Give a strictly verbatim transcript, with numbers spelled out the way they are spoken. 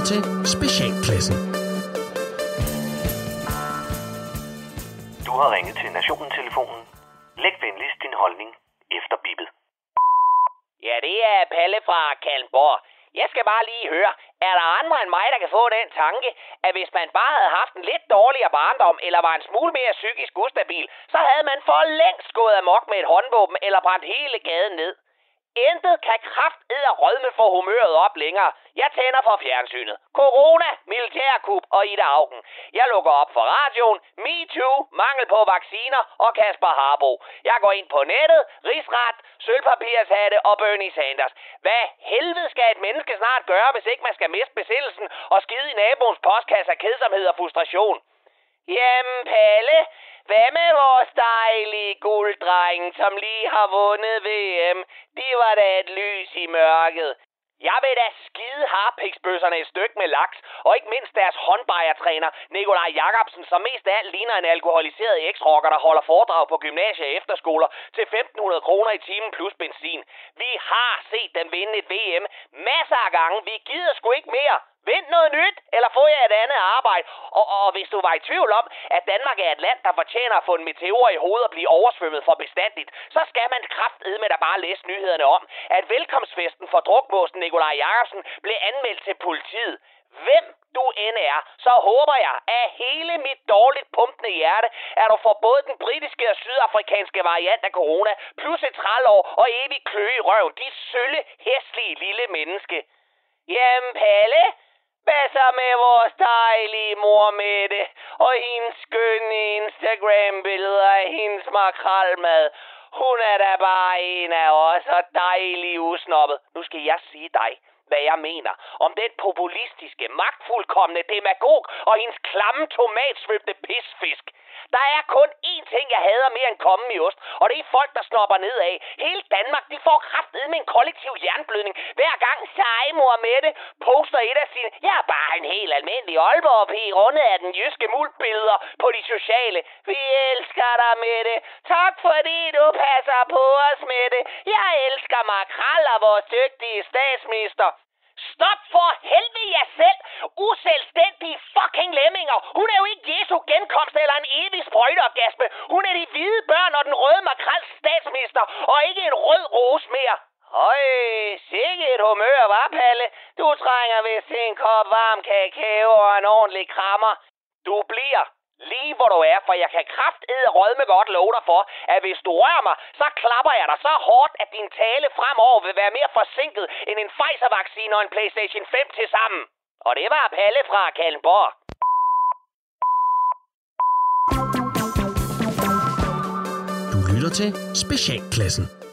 til Specialklassen. Du har ringet til Nationen-telefonen. Læg venligst din holdning efter bippet. Ja, det er Palle fra Kalundborg. Jeg skal bare lige høre, er der andre end mig, der kan få den tanke, at hvis man bare havde haft en lidt dårligere barndom, eller var en smule mere psykisk ustabil, så havde man for længst gået amok med et håndvåben eller brændt hele gaden ned. Intet kan kraftedderrødme få humøret op længere. Jeg tænder for fjernsynet. Corona, militærkup og Ida Auken. Jeg lukker op for radioen, MeToo, mangel på vacciner og Kasper Harbo. Jeg går ind på nettet, rigsret, sølvpapirshatte og Bernie Sanders. Hvad helvede skal et menneske snart gøre, hvis ikke man skal miste besindelsen og skide i naboens postkasse af kedsomhed og frustration? Jamen, Palle, hvad med vores dejlige gulddreng, som lige har vundet V M? De var da et lys i mørket. Jeg vil da skide harpiksbøsserne et stykke med laks, og ikke mindst deres håndbajertræner, Nikolaj Jacobsen, som mest af alt ligner en alkoholiseret eks-rocker, der holder foredrag på gymnasier og efterskoler til femten hundrede kroner i timen plus benzin. Vi har set dem vinde et V M masser af gange. Vi gider sgu ikke mere. Vind noget nyt, eller få jer et andet arbejde. Og, og hvis du var i tvivl om, at Danmark er et land, der fortjener at få en meteor i hovedet og blive oversvømmet for bestandigt, så skal man kraftedme da bare læse nyhederne om, at velkomstfesten for drukmåsen Nikolaj Jacobsen blev anmeldt til politiet. Hvem du end er, så håber jeg af hele mit dårligt pumpende hjerte, at du får både den britiske og sydafrikanske variant af corona, plus et trælår og evig kløe i røven, de sølle, hæslige lille menneske. Jamen Palle, hvad så med vores dejlige mor Mette og hendes skønne Instagram-billeder af hendes makrelmad? Hun er da bare en af os og dejlig usnoppet. Nu skal jeg sige dig, hvad jeg mener om den populistiske, magtfuldkomne demagog og hendes klamme tomatsvøbte pisfisk. Der er kun én ting, jeg hader mere end kommen i ost, og det er folk, der snopper nedad. Hele Danmark, de får kraftedme en kollektiv jernblødning, hver gang seje mor Mette poster et af sine, jeg er bare en helt almindelig Aalborg-pige, rundet af den jyske multbilleder på de sociale. Vi elsker dig, Mette. Tak fordi du passer på os, Mette. Jeg elsker makrel og vores dygtige statsminister. Stop for helvede jer selv, uselvstændige fucking lemminger. Hun er jo ikke Jesu genkomst eller en evig sprøjteorgasme. Hun er de hvide børn og den røde makrels statsminister, og ikke en rød rose mere. Høj, sikke et humør, hva, Palle? Du trænger vist til en kop varm kakao og en ordentlig krammer. Du bliver lige hvor du er, for jeg kan kraftedderrødme godt love dig for, at hvis du rører mig, så klapper jeg dig så hårdt, at din tale fremover vil være mere forsinket end en Pfizer-vaccine og en PlayStation fem til sammen. Og det var Palle fra Kalundborg. Du lytter til Specialklassen.